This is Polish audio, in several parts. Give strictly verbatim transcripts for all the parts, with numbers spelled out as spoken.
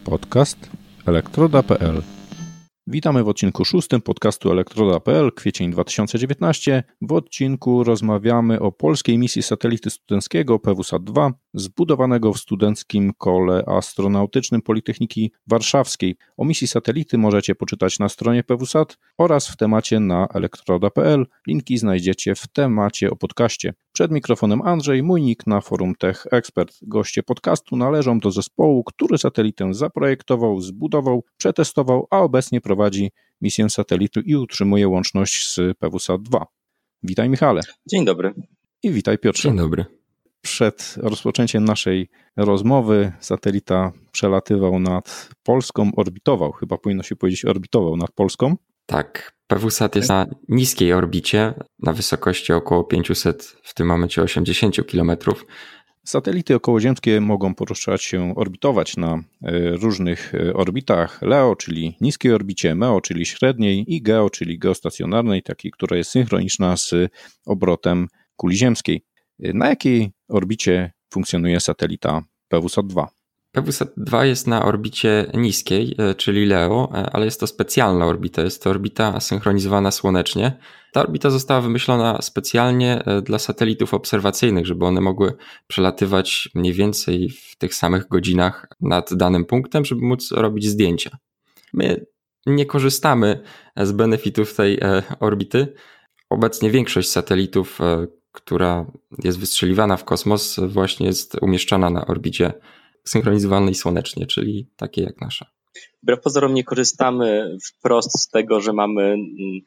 Podcast elektroda kropka p l. Witamy w odcinku szóstym podcastu elektroda kropka p l, kwiecień dwa tysiące dziewiętnasty. W odcinku rozmawiamy o polskiej misji satelity studenckiego P W SAT dwa, zbudowanego w Studenckim Kole Astronautycznym Politechniki Warszawskiej. O misji satelity możecie poczytać na stronie P W SAT oraz w temacie na elektroda kropka p l. Linki znajdziecie w temacie o podcaście. Przed mikrofonem Andrzej, mój nick na forum Tech Expert. Goście podcastu należą do zespołu, który satelitę zaprojektował, zbudował, przetestował, a obecnie prowadzi misję satelity i utrzymuje łączność z P W SAT dwa. Witaj, Michale. Dzień dobry. I witaj, Piotrze. Dzień dobry. Przed rozpoczęciem naszej rozmowy satelita przelatywał nad Polską, orbitował, chyba powinno się powiedzieć orbitował nad Polską. Tak, P W SAT jest na niskiej orbicie, na wysokości około pięćset, w tym momencie osiemdziesiąt kilometrów. Satelity okołoziemskie mogą poruszać się, orbitować na różnych orbitach. LEO, czyli niskiej orbicie, MEO, czyli średniej i GEO, czyli geostacjonarnej, takiej, która jest synchroniczna z obrotem kuli ziemskiej. Na jakiej orbicie funkcjonuje satelita P W SAT dwa? P W SAT dwa jest na orbicie niskiej, czyli LEO, ale jest to specjalna orbita, jest to orbita synchronizowana słonecznie. Ta orbita została wymyślona specjalnie dla satelitów obserwacyjnych, żeby one mogły przelatywać mniej więcej w tych samych godzinach nad danym punktem, żeby móc robić zdjęcia. My nie korzystamy z benefitów tej orbity. Obecnie większość satelitów, która jest wystrzeliwana w kosmos, właśnie jest umieszczana na orbicie synchronizowanej słonecznie, czyli takiej jak nasza. Wbrew pozorom nie korzystamy wprost z tego, że mamy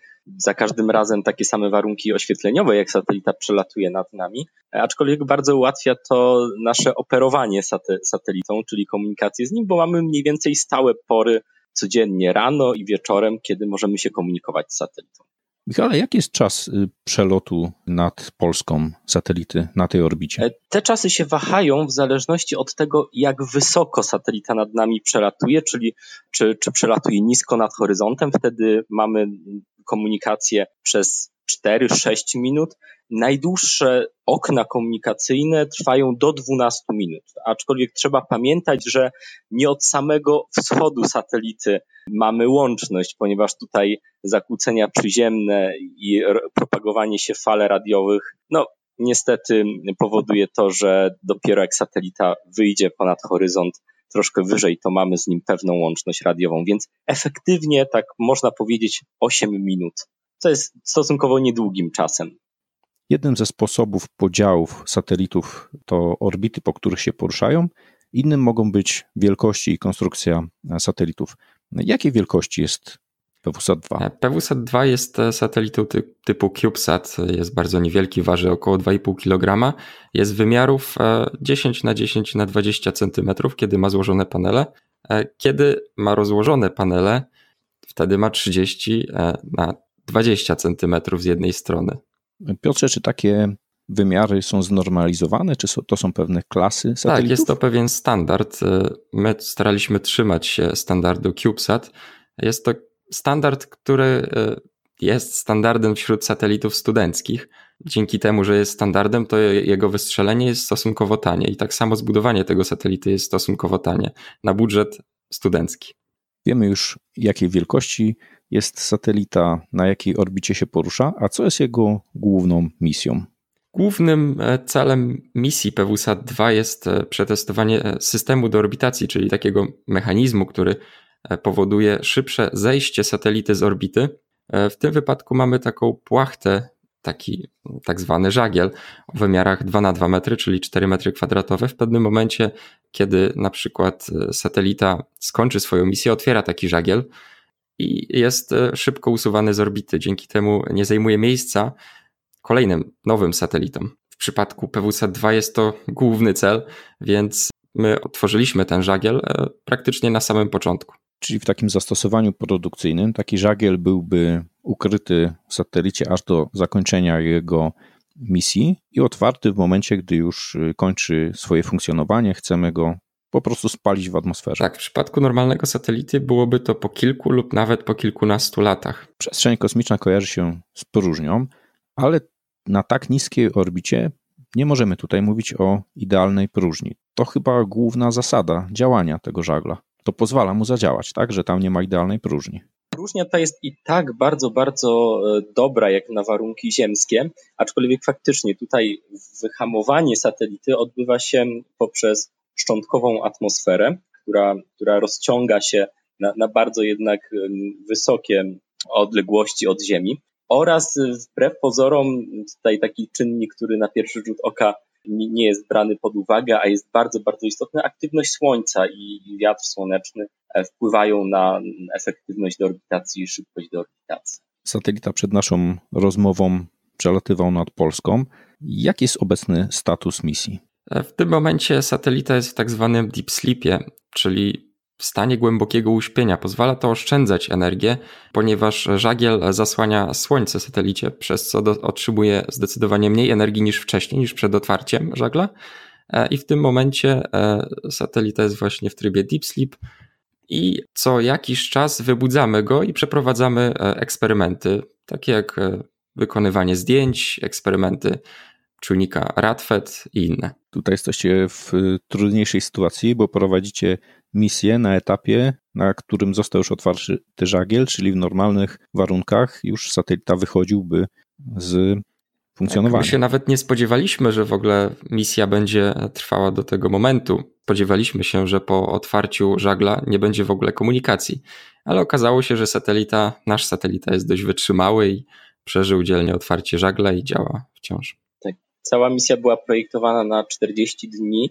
za każdym razem takie same warunki oświetleniowe, jak satelita przelatuje nad nami, aczkolwiek bardzo ułatwia to nasze operowanie sate- satelitą, czyli komunikację z nim, bo mamy mniej więcej stałe pory codziennie, rano i wieczorem, kiedy możemy się komunikować z satelitą. Michale, jaki jest czas przelotu nad Polską satelity na tej orbicie? Te czasy się wahają w zależności od tego, jak wysoko satelita nad nami przelatuje, czyli czy, czy przelatuje nisko nad horyzontem. Wtedy mamy komunikację przez cztery sześć minut. Najdłuższe okna komunikacyjne trwają do dwanaście minut, aczkolwiek trzeba pamiętać, że nie od samego wschodu satelity mamy łączność, ponieważ tutaj zakłócenia przyziemne i propagowanie się fal radiowych, no niestety powoduje to, że dopiero jak satelita wyjdzie ponad horyzont troszkę wyżej, to mamy z nim pewną łączność radiową, więc efektywnie tak można powiedzieć osiem minut, co jest stosunkowo niedługim czasem. Jednym ze sposobów podziałów satelitów to orbity, po których się poruszają. Innym mogą być wielkości i konstrukcja satelitów. Jakiej wielkości jest P W SAT dwa? P W SAT dwa jest satelitą ty- typu CubeSat, jest bardzo niewielki, waży około dwa i pół kilograma, jest wymiarów dziesięć na dziesięć na dwadzieścia centymetrów, kiedy ma złożone panele. Kiedy ma rozłożone panele, wtedy ma trzydzieści na dwadzieścia centymetrów z jednej strony. Piotrze, czy takie wymiary są znormalizowane, czy to są pewne klasy satelitów? Tak, jest to pewien standard. My staraliśmy trzymać się standardu CubeSat. Jest to standard, który jest standardem wśród satelitów studenckich. Dzięki temu, że jest standardem, to jego wystrzelenie jest stosunkowo tanie i tak samo zbudowanie tego satelity jest stosunkowo tanie na budżet studencki. Wiemy już, jakiej wielkości jest satelita, na jakiej orbicie się porusza, a co jest jego główną misją? Głównym celem misji P W SAT dwa jest przetestowanie systemu do orbitacji, czyli takiego mechanizmu, który powoduje szybsze zejście satelity z orbity. W tym wypadku mamy taką płachtę, taki tak zwany żagiel o wymiarach dwa na dwa metry, czyli cztery metry kwadratowe. W pewnym momencie, kiedy na przykład satelita skończy swoją misję, otwiera taki żagiel i jest szybko usuwany z orbity. Dzięki temu nie zajmuje miejsca kolejnym nowym satelitom. W przypadku P W SAT dwa jest to główny cel, więc my otworzyliśmy ten żagiel praktycznie na samym początku. Czyli w takim zastosowaniu produkcyjnym taki żagiel byłby ukryty w satelicie aż do zakończenia jego misji i otwarty w momencie, gdy już kończy swoje funkcjonowanie, chcemy go po prostu spalić w atmosferze. Tak, w przypadku normalnego satelity byłoby to po kilku lub nawet po kilkunastu latach. Przestrzeń kosmiczna kojarzy się z próżnią, ale na tak niskiej orbicie nie możemy tutaj mówić o idealnej próżni. To chyba główna zasada działania tego żagla. to pozwala mu zadziałać, tak? Że tam nie ma idealnej próżni. Próżnia ta jest i tak bardzo, bardzo dobra jak na warunki ziemskie, aczkolwiek faktycznie tutaj wyhamowanie satelity odbywa się poprzez szczątkową atmosferę, która, która rozciąga się na, na bardzo jednak wysokie odległości od Ziemi oraz wbrew pozorom tutaj taki czynnik, który na pierwszy rzut oka nie jest brany pod uwagę, a jest bardzo, bardzo istotny, aktywność Słońca i wiatr słoneczny wpływają na efektywność deorbitacji i szybkość deorbitacji. Satelita przed naszą rozmową przelatywał nad Polską. Jaki jest obecny status misji? W tym momencie satelita jest w tak zwanym deep sleepie, czyli w stanie głębokiego uśpienia. Pozwala to oszczędzać energię, ponieważ żagiel zasłania słońce satelicie, przez co do, otrzymuje zdecydowanie mniej energii niż wcześniej, niż przed otwarciem żagla. I w tym momencie satelita jest właśnie w trybie deep sleep i co jakiś czas wybudzamy go i przeprowadzamy eksperymenty, takie jak wykonywanie zdjęć, eksperymenty czujnika Radfed i inne. Tutaj jesteście w trudniejszej sytuacji, bo prowadzicie misję na etapie, na którym został już otwarty żagiel, czyli w normalnych warunkach już satelita wychodziłby z funkcjonowania. Tak, my się nawet nie spodziewaliśmy, że w ogóle misja będzie trwała do tego momentu. Spodziewaliśmy się, że po otwarciu żagla nie będzie w ogóle komunikacji, ale okazało się, że satelita, nasz satelita jest dość wytrzymały i przeżył dzielnie otwarcie żagla i działa wciąż. Tak. Cała misja była projektowana na czterdzieści dni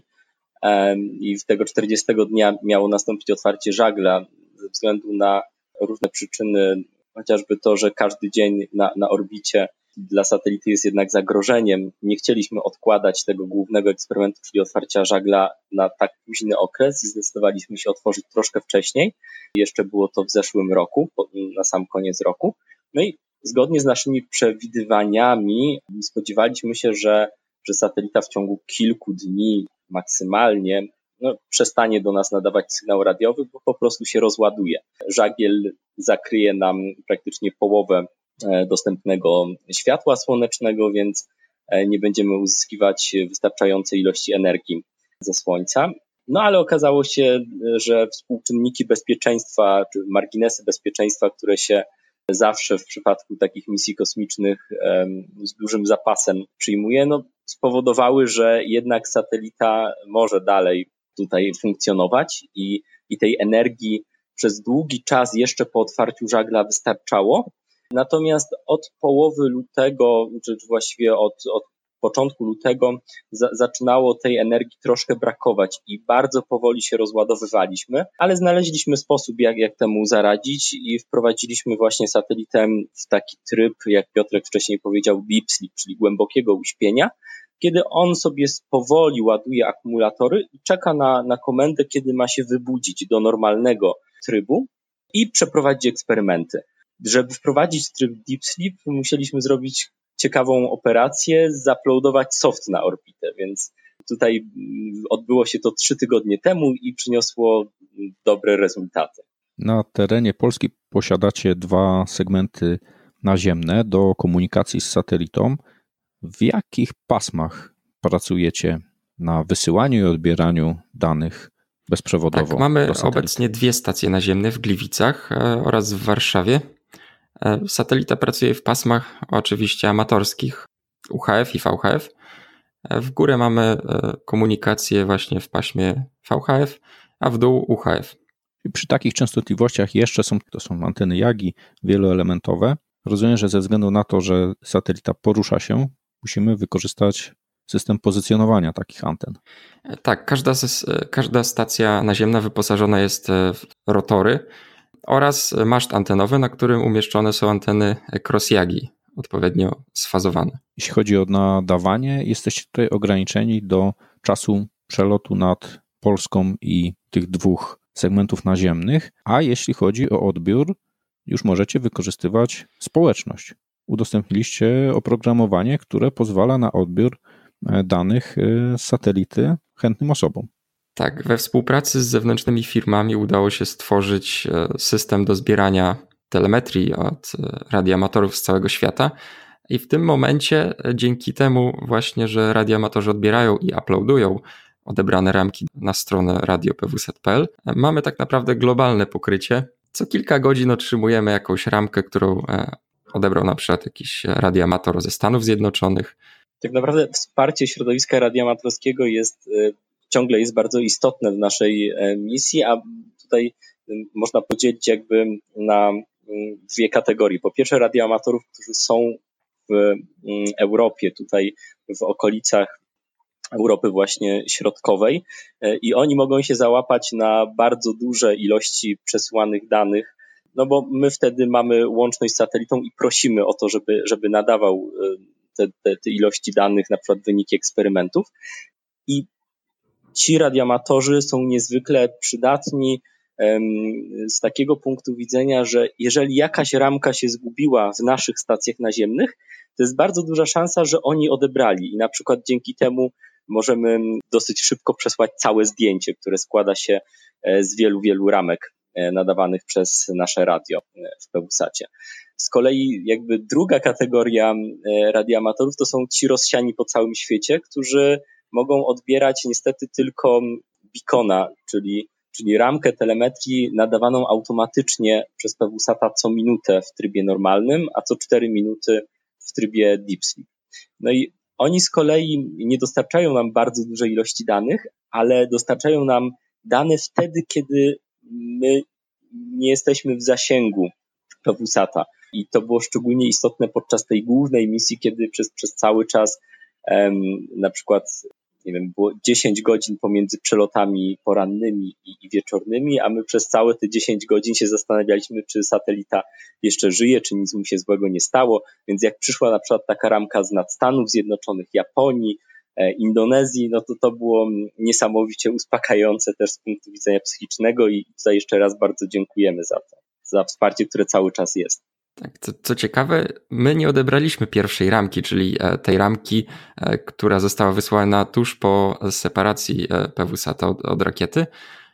i w tego czterdziestego dnia miało nastąpić otwarcie żagla ze względu na różne przyczyny, chociażby to, że każdy dzień na, na orbicie dla satelity jest jednak zagrożeniem. Nie chcieliśmy odkładać tego głównego eksperymentu, czyli otwarcia żagla na tak późny okres i zdecydowaliśmy się otworzyć troszkę wcześniej. Jeszcze było to w zeszłym roku, na sam koniec roku. No i zgodnie z naszymi przewidywaniami spodziewaliśmy się, że, że satelita w ciągu kilku dni maksymalnie no, przestanie do nas nadawać sygnał radiowy, bo po prostu się rozładuje. Żagiel zakryje nam praktycznie połowę dostępnego światła słonecznego, więc nie będziemy uzyskiwać wystarczającej ilości energii ze Słońca. No ale okazało się, że współczynniki bezpieczeństwa, czy marginesy bezpieczeństwa, które się zawsze w przypadku takich misji kosmicznych z dużym zapasem przyjmuje, no, spowodowały, że jednak satelita może dalej tutaj funkcjonować i, i tej energii przez długi czas jeszcze po otwarciu żagla wystarczało. Natomiast od połowy lutego, czy właściwie od, od początku lutego za, zaczynało tej energii troszkę brakować i bardzo powoli się rozładowywaliśmy, ale znaleźliśmy sposób, jak, jak temu zaradzić i wprowadziliśmy właśnie satelitę w taki tryb, jak Piotrek wcześniej powiedział, deep sleep, czyli głębokiego uśpienia, kiedy on sobie powoli ładuje akumulatory i czeka na, na komendę, kiedy ma się wybudzić do normalnego trybu i przeprowadzić eksperymenty. Żeby wprowadzić tryb deep sleep, musieliśmy zrobić ciekawą operację, zaploadować soft na orbitę, więc tutaj odbyło się to trzy tygodnie temu i przyniosło dobre rezultaty. Na terenie Polski posiadacie dwa segmenty naziemne do komunikacji z satelitą. W jakich pasmach pracujecie na wysyłaniu i odbieraniu danych bezprzewodowo? Tak, mamy obecnie dwie stacje naziemne w Gliwicach oraz w Warszawie. Satelita pracuje w pasmach oczywiście amatorskich U H F i V H F. W górę mamy komunikację właśnie w paśmie V H F, a w dół U H F. I przy takich częstotliwościach jeszcze są, to są anteny Yagi wieloelementowe. Rozumiem, że ze względu na to, że satelita porusza się, musimy wykorzystać system pozycjonowania takich anten. Tak, każda, każda stacja naziemna wyposażona jest w rotory oraz maszt antenowy, na którym umieszczone są anteny cross-Yagi, odpowiednio sfazowane. Jeśli chodzi o nadawanie, jesteście tutaj ograniczeni do czasu przelotu nad Polską i tych dwóch segmentów naziemnych, a jeśli chodzi o odbiór, już możecie wykorzystywać społeczność. Udostępniliście oprogramowanie, które pozwala na odbiór danych z satelity chętnym osobom. Tak, we współpracy z zewnętrznymi firmami udało się stworzyć system do zbierania telemetrii od radioamatorów z całego świata i w tym momencie dzięki temu właśnie, że radioamatorzy odbierają i uploadują, odebrane ramki na stronę radio p w sat kropka p l. Mamy tak naprawdę globalne pokrycie. Co kilka godzin otrzymujemy jakąś ramkę, którą odebrał na przykład jakiś radioamator ze Stanów Zjednoczonych. Tak naprawdę wsparcie środowiska radioamatorskiego jest, ciągle jest bardzo istotne w naszej misji, a tutaj można podzielić jakby na dwie kategorie. Po pierwsze radioamatorów, którzy są w Europie, tutaj w okolicach Europy właśnie środkowej i oni mogą się załapać na bardzo duże ilości przesyłanych danych, no bo my wtedy mamy łączność z satelitą i prosimy o to, żeby, żeby nadawał te, te, te ilości danych, na przykład wyniki eksperymentów. I ci radioamatorzy są niezwykle przydatni z takiego punktu widzenia, że jeżeli jakaś ramka się zgubiła w naszych stacjach naziemnych, to jest bardzo duża szansa, że oni odebrali i na przykład dzięki temu możemy dosyć szybko przesłać całe zdjęcie, które składa się z wielu, wielu ramek nadawanych przez nasze radio w PeWusacie. Z kolei jakby druga kategoria radioamatorów to są ci rozsiani po całym świecie, którzy mogą odbierać niestety tylko beacona, czyli, czyli ramkę telemetrii nadawaną automatycznie przez PeWusata co minutę w trybie normalnym, a co cztery minuty w trybie Deep Sleep. No i oni z kolei nie dostarczają nam bardzo dużej ilości danych, ale dostarczają nam dane wtedy, kiedy my nie jesteśmy w zasięgu PeWusata. I to było szczególnie istotne podczas tej głównej misji, kiedy przez, przez cały czas um, na przykład nie wiem, było dziesięć godzin pomiędzy przelotami porannymi i, i wieczornymi, a my przez całe te dziesięć godzin się zastanawialiśmy, czy satelita jeszcze żyje, czy nic mu się złego nie stało. Więc jak przyszła na przykład taka ramka z nad Stanów Zjednoczonych, Japonii, e, Indonezji, no to to było niesamowicie uspokajające też z punktu widzenia psychicznego i tutaj jeszcze raz bardzo dziękujemy za to, za wsparcie, które cały czas jest. Tak, co, co ciekawe, my nie odebraliśmy pierwszej ramki, czyli tej ramki, która została wysłana tuż po separacji PeWusata od, od rakiety.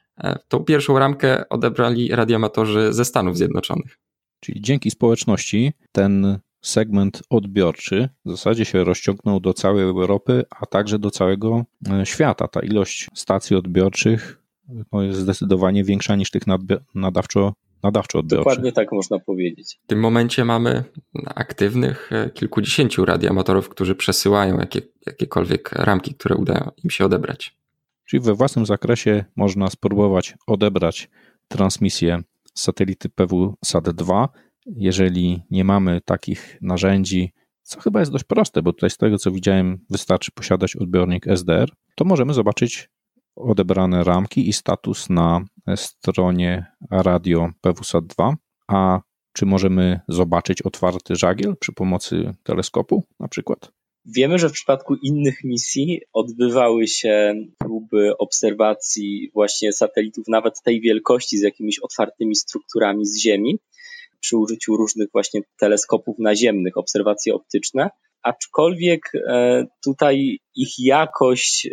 Tą pierwszą ramkę odebrali radioamatorzy ze Stanów Zjednoczonych. Czyli dzięki społeczności ten segment odbiorczy w zasadzie się rozciągnął do całej Europy, a także do całego świata. Ta ilość stacji odbiorczych no, jest zdecydowanie większa niż tych nadawczo nadawczo odbiorczych. Dokładnie tak można powiedzieć. W tym momencie mamy aktywnych kilkudziesięciu radioamatorów, którzy przesyłają jakie, jakiekolwiek ramki, które uda im się odebrać. Czyli we własnym zakresie można spróbować odebrać transmisję z satelity PeWusat dwa. Jeżeli nie mamy takich narzędzi, co chyba jest dość proste, bo tutaj z tego co widziałem wystarczy posiadać odbiornik S D R, to możemy zobaczyć odebrane ramki i status na stronie radio PeWusat dwa. A czy możemy zobaczyć otwarty żagiel przy pomocy teleskopu na przykład? Wiemy, że w przypadku innych misji odbywały się próby obserwacji właśnie satelitów nawet tej wielkości z jakimiś otwartymi strukturami z Ziemi przy użyciu różnych właśnie teleskopów naziemnych, obserwacje optyczne. Aczkolwiek tutaj ich jakość,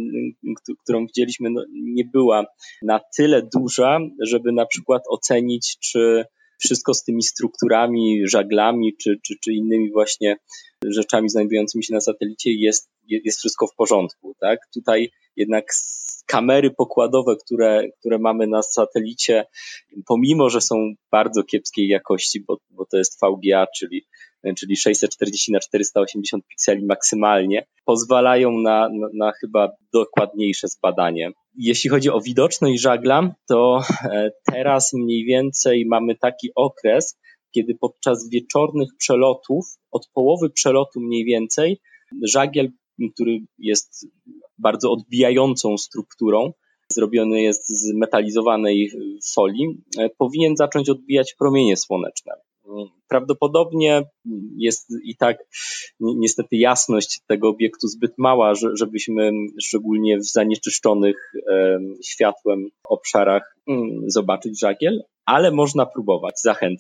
którą widzieliśmy, no, nie była na tyle duża, żeby na przykład ocenić, czy wszystko z tymi strukturami, żaglami, czy, czy, czy innymi właśnie rzeczami znajdującymi się na satelicie jest, jest wszystko w porządku, tak? Tutaj jednak kamery pokładowe, które, które mamy na satelicie, pomimo że są bardzo kiepskiej jakości, bo, bo to jest V G A, czyli czyli sześćset czterdzieści na czterysta osiemdziesiąt pikseli maksymalnie, pozwalają na, na, na chyba dokładniejsze zbadanie. Jeśli chodzi o widoczność żagla, to teraz mniej więcej mamy taki okres, kiedy podczas wieczornych przelotów, od połowy przelotu mniej więcej, żagiel, który jest bardzo odbijającą strukturą, zrobiony jest z metalizowanej folii, powinien zacząć odbijać promienie słoneczne. Prawdopodobnie jest i tak niestety jasność tego obiektu zbyt mała, żebyśmy szczególnie w zanieczyszczonych światłem obszarach zobaczyć żagiel, ale można próbować, zachęcam.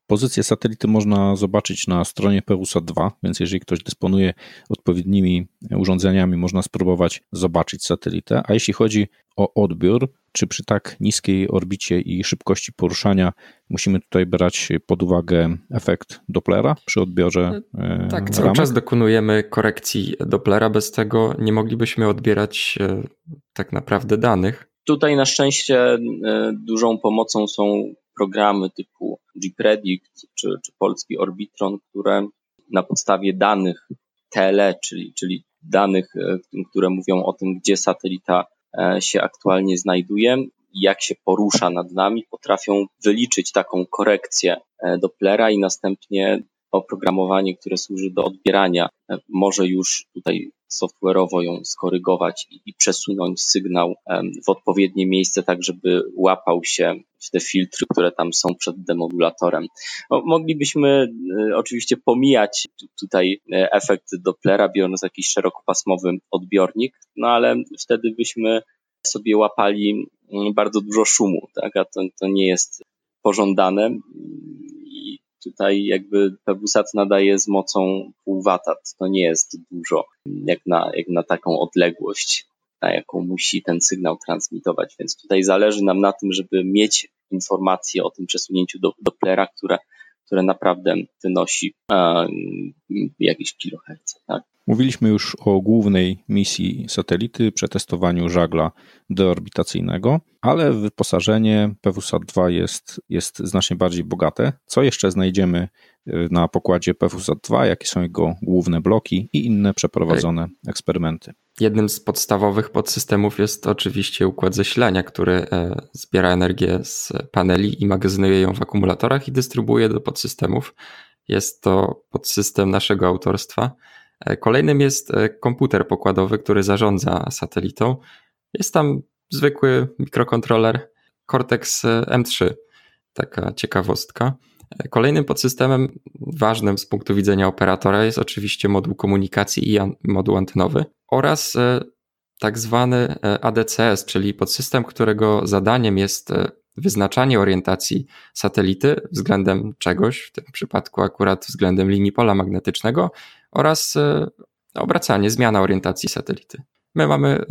Pozycję satelity można zobaczyć na stronie PeWusat dwa, więc jeżeli ktoś dysponuje odpowiednimi urządzeniami, można spróbować zobaczyć satelitę. A jeśli chodzi o odbiór, czy przy tak niskiej orbicie i szybkości poruszania musimy tutaj brać pod uwagę efekt Dopplera przy odbiorze Tak, cały ramek? czas dokonujemy korekcji Dopplera, bez tego nie moglibyśmy odbierać tak naprawdę danych. Tutaj na szczęście dużą pomocą są programy typu G-Predict czy, czy polski Orbitron, które na podstawie danych T L E, czyli, czyli danych, które mówią o tym, gdzie satelita się aktualnie znajduje, jak się porusza nad nami, potrafią wyliczyć taką korekcję Dopplera i następnie oprogramowanie, które służy do odbierania, może już tutaj software'owo ją skorygować i, i przesunąć sygnał w odpowiednie miejsce, tak żeby łapał się w te filtry, które tam są przed demodulatorem. No, moglibyśmy y, oczywiście pomijać tutaj efekt Dopplera, biorąc jakiś szerokopasmowy odbiornik, no ale wtedy byśmy sobie łapali bardzo dużo szumu, tak? A to, to nie jest pożądane. I tutaj jakby PeWusat nadaje z mocą pół wata. To nie jest dużo jak na, jak na taką odległość, na jaką musi ten sygnał transmitować. Więc tutaj zależy nam na tym, żeby mieć informacje o tym przesunięciu do Dopplera, które, które naprawdę wynosi e, jakieś kiloherce. Tak? Mówiliśmy już o głównej misji satelity, przetestowaniu żagla deorbitacyjnego, ale wyposażenie PeWusat dwa jest, jest znacznie bardziej bogate. Co jeszcze znajdziemy na pokładzie PeWusat dwa? Jakie są jego główne bloki i inne przeprowadzone eksperymenty? Jednym z podstawowych podsystemów jest oczywiście układ zasilania, który zbiera energię z paneli i magazynuje ją w akumulatorach i dystrybuuje do podsystemów. Jest to podsystem naszego autorstwa. Kolejnym jest komputer pokładowy, który zarządza satelitą. Jest tam zwykły mikrokontroler Cortex M trzy, taka ciekawostka. Kolejnym podsystemem ważnym z punktu widzenia operatora jest oczywiście moduł komunikacji i an- moduł antenowy oraz tak zwany A D C S, czyli podsystem, którego zadaniem jest wyznaczanie orientacji satelity względem czegoś, w tym przypadku akurat względem linii pola magnetycznego oraz obracanie, zmiana orientacji satelity. My mamy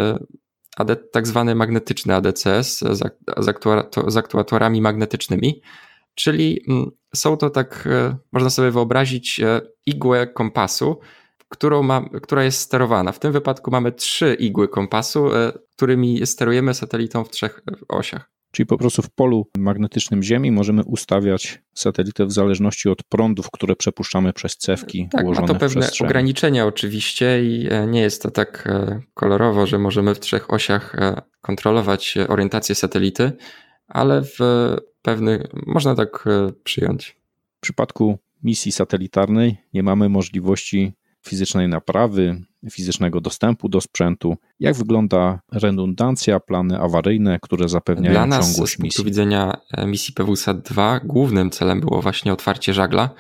tak zwany magnetyczny A D C S z aktuatorami magnetycznymi, czyli są to tak, można sobie wyobrazić igłę kompasu, którą ma, która jest sterowana. W tym wypadku mamy trzy igły kompasu, którymi sterujemy satelitą w trzech osiach. Czyli po prostu w polu magnetycznym Ziemi możemy ustawiać satelitę w zależności od prądów, które przepuszczamy przez cewki tak, ułożone w ma to pewne przestrzeni. ograniczenia oczywiście i nie jest to tak kolorowo, że możemy w trzech osiach kontrolować orientację satelity, ale w pewnych, można tak przyjąć. W przypadku misji satelitarnej nie mamy możliwości fizycznej naprawy, fizycznego dostępu do sprzętu. Jak wygląda redundancja, plany awaryjne, które zapewniają Dla nas, ciągłość z punktu misji? widzenia misji PeWusat dwa, głównym celem było właśnie otwarcie żagla,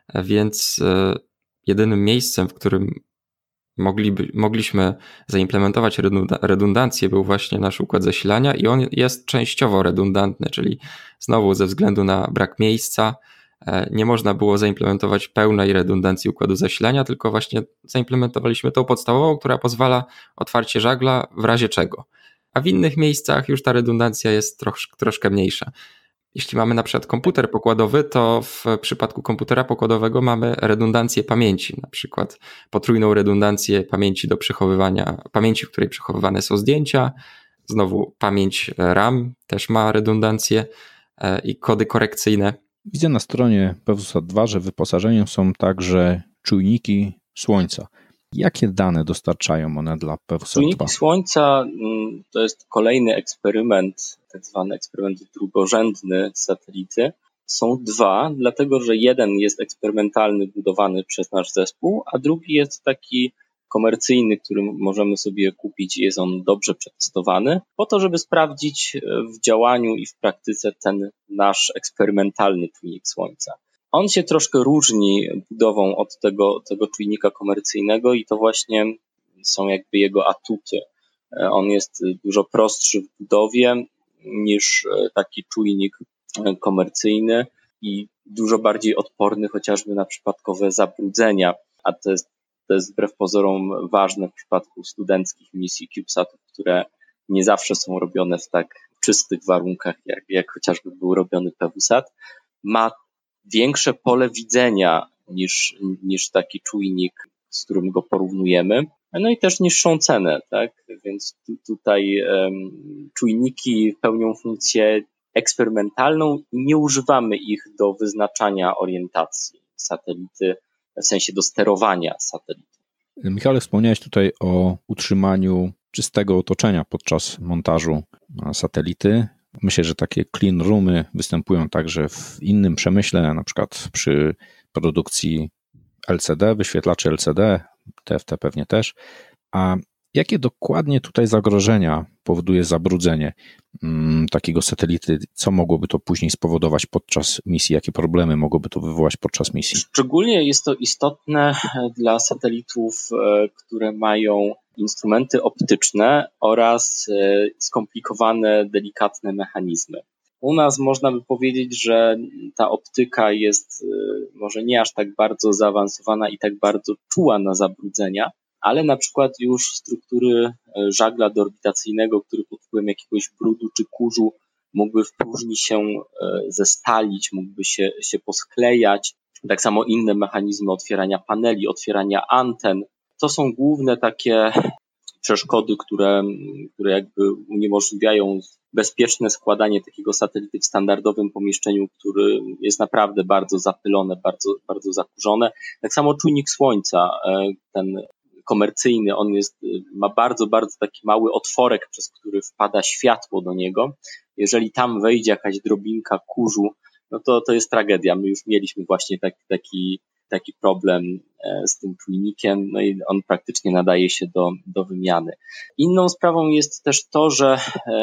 więc jedynym miejscem, w którym mogliby, mogliśmy zaimplementować redundancję, był właśnie nasz układ zasilania i on jest częściowo redundantny, czyli znowu ze względu na brak miejsca nie można było zaimplementować pełnej redundancji układu zasilania, tylko właśnie zaimplementowaliśmy tą podstawową, która pozwala otwarcie żagla w razie czego. A w innych miejscach już ta redundancja jest trosz, troszkę mniejsza. Jeśli mamy na przykład komputer pokładowy, to w przypadku komputera pokładowego mamy redundancję pamięci, na przykład potrójną redundancję pamięci do przechowywania, pamięci, w której przechowywane są zdjęcia, znowu pamięć RAM też ma redundancję i kody korekcyjne. Widzę na stronie PeWusat dwa, że wyposażeniem są także czujniki słońca. Jakie dane dostarczają one dla PeWusat dwa? Czujniki słońca to jest kolejny eksperyment, tak zwany eksperyment drugorzędny satelity. Są dwa, dlatego że jeden jest eksperymentalny, budowany przez nasz zespół, a drugi jest taki komercyjny, który możemy sobie kupić i jest on dobrze przetestowany, po to, żeby sprawdzić w działaniu i w praktyce ten nasz eksperymentalny czujnik słońca. On się troszkę różni budową od tego, tego czujnika komercyjnego i to właśnie są jakby jego atuty. On jest dużo prostszy w budowie niż taki czujnik komercyjny. i dużo bardziej odporny chociażby na przypadkowe zabrudzenia, a to jest, to jest wbrew pozorom ważne w przypadku studenckich misji CubeSatów, które nie zawsze są robione w tak czystych warunkach, jak, jak chociażby był robiony PeWSat. Ma większe pole widzenia niż, niż taki czujnik, z którym go porównujemy, no i też niższą cenę, tak? Więc tu, tutaj um, czujniki pełnią funkcję eksperymentalną i nie używamy ich do wyznaczania orientacji satelity, w sensie do sterowania satelity. Michale, wspomniałeś tutaj o utrzymaniu czystego otoczenia podczas montażu satelity. Myślę, że takie clean roomy występują także w innym przemyśle, na przykład przy produkcji L C D, wyświetlaczy L C D, T F T pewnie też. A jakie dokładnie tutaj zagrożenia powoduje zabrudzenie mm, takiego satelity? Co mogłoby to później spowodować podczas misji? Jakie problemy mogłoby to wywołać podczas misji? Szczególnie jest to istotne dla satelitów, które mają instrumenty optyczne oraz skomplikowane, delikatne mechanizmy. U nas można by powiedzieć, że ta optyka jest może nie aż tak bardzo zaawansowana i tak bardzo czuła na zabrudzenia, ale na przykład już struktury żagla deorbitacyjnego, który pod wpływem jakiegoś brudu czy kurzu mógłby w próżni się zestalić, mógłby się, się posklejać. Tak samo inne mechanizmy otwierania paneli, otwierania anten. To są główne takie przeszkody, które, które jakby uniemożliwiają bezpieczne składanie takiego satelity w standardowym pomieszczeniu, który jest naprawdę bardzo zapylone, bardzo, bardzo zakurzone. Tak samo czujnik słońca, ten komercyjny, on jest, ma bardzo, bardzo taki mały otworek, przez który wpada światło do niego. Jeżeli tam wejdzie jakaś drobinka kurzu, no to to jest tragedia. My już mieliśmy właśnie taki, taki, taki problem z tym czujnikiem, no i on praktycznie nadaje się do, do wymiany. Inną sprawą jest też to, że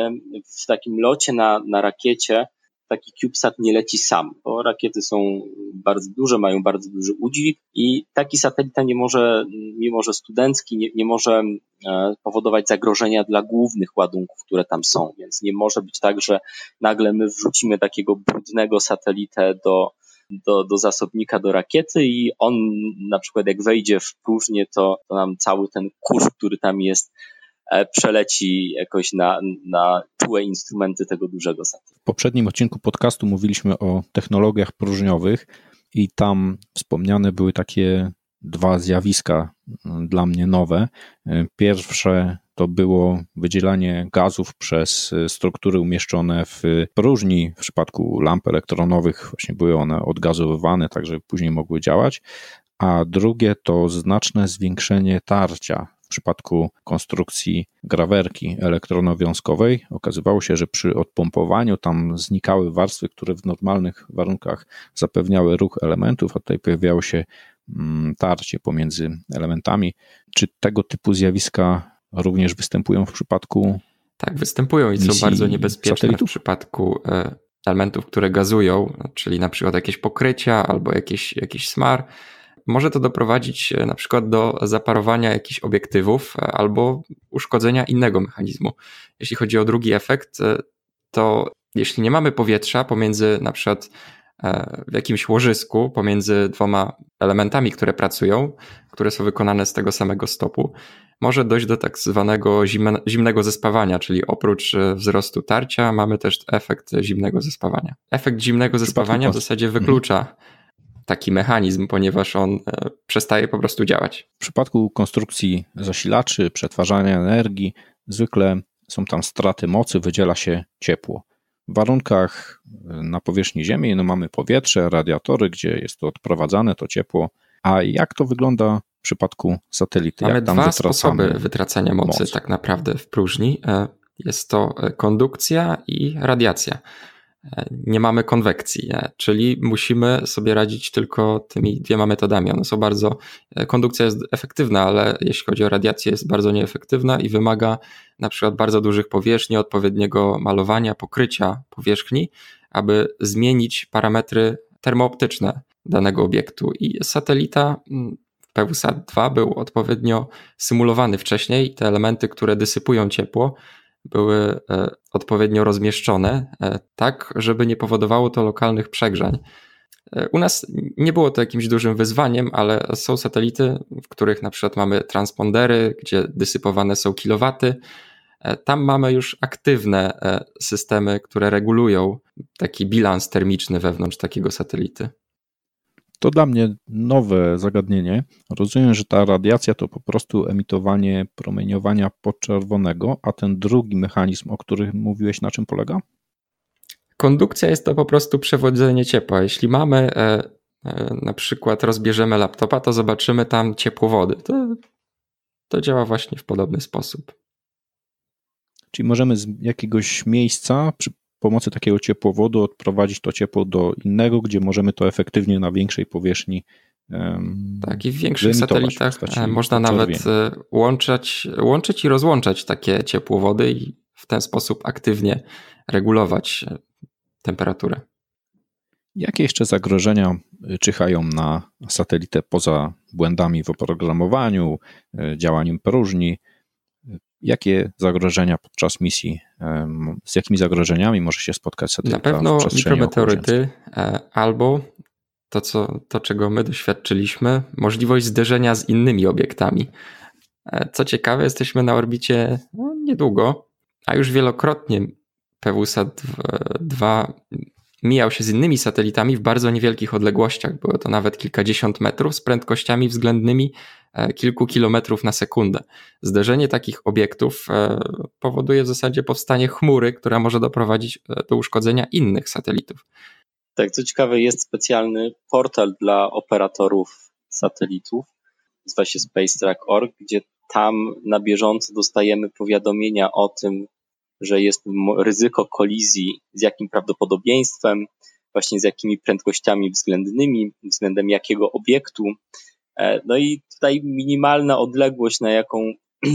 w takim locie na, na rakiecie taki CubeSat nie leci sam, bo rakiety są bardzo duże, mają bardzo duży udźwig i taki satelita nie może, mimo że studencki, nie, nie może powodować zagrożenia dla głównych ładunków, które tam są, więc nie może być tak, że nagle my wrzucimy takiego brudnego satelitę do, do, do zasobnika, do rakiety i on na przykład jak wejdzie w próżnię, to, to nam cały ten kurz, który tam jest, przeleci jakoś na, na czułe instrumenty tego dużego satelity. W poprzednim odcinku podcastu mówiliśmy o technologiach próżniowych i tam wspomniane były takie dwa zjawiska dla mnie nowe. Pierwsze to było wydzielanie gazów przez struktury umieszczone w próżni. W przypadku lamp elektronowych właśnie były one odgazowywane, tak żeby później mogły działać. A drugie to znaczne zwiększenie tarcia. W przypadku konstrukcji grawerki elektronowiązkowej okazywało się, że przy odpompowaniu tam znikały warstwy, które w normalnych warunkach zapewniały ruch elementów, a tutaj pojawiało się tarcie pomiędzy elementami. Czy tego typu zjawiska również występują w przypadku Tak, występują i są bardzo niebezpieczne satelitów? W przypadku elementów, które gazują, czyli na przykład jakieś pokrycia albo jakiś, jakiś smar. Może to doprowadzić na przykład do zaparowania jakichś obiektywów albo uszkodzenia innego mechanizmu. Jeśli chodzi o drugi efekt, to jeśli nie mamy powietrza pomiędzy na przykład w jakimś łożysku, pomiędzy dwoma elementami, które pracują, które są wykonane z tego samego stopu, może dojść do tak zwanego zimne, zimnego zespawania, czyli oprócz wzrostu tarcia mamy też efekt zimnego zespawania. Efekt zimnego zespawania w zasadzie wyklucza taki mechanizm, ponieważ on przestaje po prostu działać. W przypadku konstrukcji zasilaczy, przetwarzania energii, zwykle są tam straty mocy, wydziela się ciepło. W warunkach na powierzchni Ziemi no mamy powietrze, radiatory, gdzie jest to odprowadzane, to ciepło. A jak to wygląda w przypadku satelity? Mamy jak tam dwa sposoby wytracania mocy moc? tak naprawdę w próżni. Jest to kondukcja i radiacja. Nie mamy konwekcji, czyli musimy sobie radzić tylko tymi dwiema metodami. One są bardzo, kondukcja jest efektywna, ale jeśli chodzi o radiację jest bardzo nieefektywna i wymaga na przykład bardzo dużych powierzchni, odpowiedniego malowania, pokrycia powierzchni, aby zmienić parametry termooptyczne danego obiektu. I satelita PeWSat dwa był odpowiednio symulowany wcześniej. Te elementy, które dysypują ciepło, były odpowiednio rozmieszczone tak, żeby nie powodowało to lokalnych przegrzań. U nas nie było to jakimś dużym wyzwaniem, ale są satelity, w których na przykład mamy transpondery, gdzie dysypowane są kilowaty. Tam mamy już aktywne systemy, które regulują taki bilans termiczny wewnątrz takiego satelity. To dla mnie nowe zagadnienie. Rozumiem, że ta radiacja to po prostu emitowanie promieniowania podczerwonego, a ten drugi mechanizm, o którym mówiłeś, na czym polega? Kondukcja jest to po prostu przewodzenie ciepła. Jeśli mamy e, e, na przykład rozbierzemy laptopa, to zobaczymy tam ciepło wody. To, to działa właśnie w podobny sposób. Czyli możemy z jakiegoś miejsca przy pomocy takiego ciepłowodu odprowadzić to ciepło do innego, gdzie możemy to efektywnie na większej powierzchni um, Tak, i w większych satelitach w można nawet łączać, łączyć i rozłączać takie ciepłowody i w ten sposób aktywnie regulować temperaturę. Jakie jeszcze zagrożenia czyhają na satelitę poza błędami w oprogramowaniu, działaniem próżni? Jakie zagrożenia podczas misji, z jakimi zagrożeniami może się spotkać satelita? Na pewno mikrometeoryty albo to, co, to, czego my doświadczyliśmy, możliwość zderzenia z innymi obiektami. Co ciekawe, jesteśmy na orbicie no, niedługo, a już wielokrotnie PewSat dwa mijał się z innymi satelitami w bardzo niewielkich odległościach. Było to nawet kilkadziesiąt metrów z prędkościami względnymi kilku kilometrów na sekundę. Zderzenie takich obiektów powoduje w zasadzie powstanie chmury, która może doprowadzić do uszkodzenia innych satelitów. Tak, co ciekawe, jest specjalny portal dla operatorów satelitów, nazywa się spacetrack kropka org, gdzie tam na bieżąco dostajemy powiadomienia o tym, że jest ryzyko kolizji, z jakim prawdopodobieństwem, właśnie z jakimi prędkościami względnymi, względem jakiego obiektu. No i tutaj minimalna odległość, na jaką